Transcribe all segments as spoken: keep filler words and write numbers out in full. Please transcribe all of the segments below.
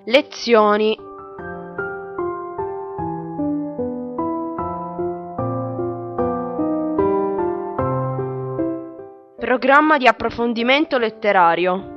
Lezioni. Programma di approfondimento letterario.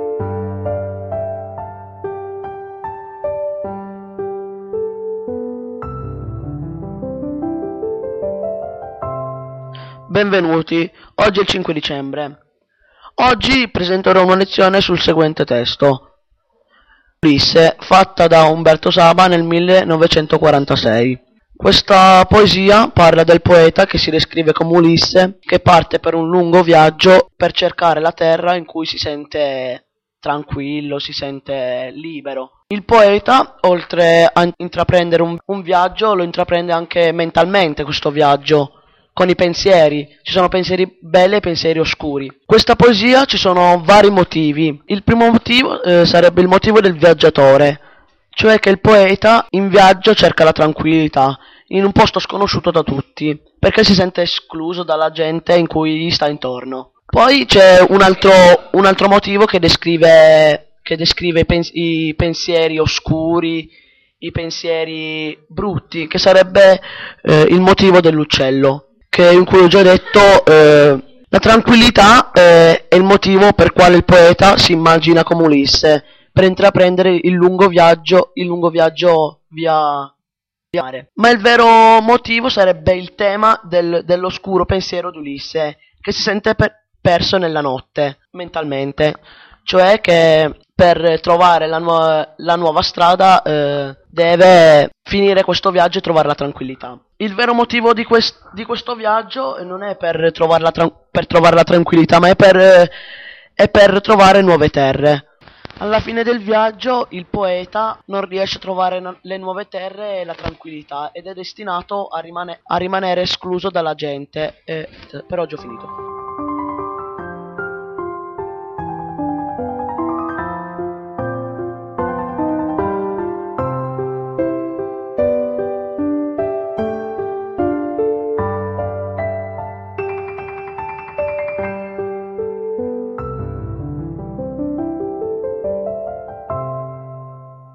Benvenuti, oggi è il cinque dicembre. Oggi presenterò una lezione sul seguente testo. Ulisse, fatta da Umberto Saba nel millenovecentoquarantasei. Questa poesia parla del poeta che si descrive come Ulisse, che parte per un lungo viaggio per cercare la terra in cui si sente tranquillo, si sente libero. Il poeta, oltre a intraprendere un, un viaggio, lo intraprende anche mentalmente questo viaggio, con i pensieri. Ci sono pensieri belli e pensieri oscuri. Questa poesia ci sono vari motivi. Il primo motivo eh, sarebbe il motivo del viaggiatore, cioè che il poeta in viaggio cerca la tranquillità in un posto sconosciuto da tutti, perché si sente escluso dalla gente in cui gli sta intorno. Poi c'è un altro, un altro motivo che descrive, che descrive i, pens- i pensieri oscuri, i pensieri brutti, che sarebbe eh, il motivo dell'uccello, che in cui ho già detto eh, la tranquillità eh, è il motivo per quale il poeta si immagina come Ulisse per intraprendere il lungo viaggio, il lungo viaggio via, via mare. Ma il vero motivo sarebbe il tema del, dell'oscuro pensiero di Ulisse, che si sente per, perso nella notte, mentalmente, cioè che per trovare la, nu- la nuova strada eh, deve finire questo viaggio e trovare la tranquillità. Il vero motivo di, quest- di questo viaggio non è per trovare la, tra- per trovare la tranquillità, ma è per, eh, è per trovare nuove terre. Alla fine del viaggio il poeta non riesce a trovare no- le nuove terre e la tranquillità ed è destinato a, rimane- a rimanere escluso dalla gente. E per oggi ho finito.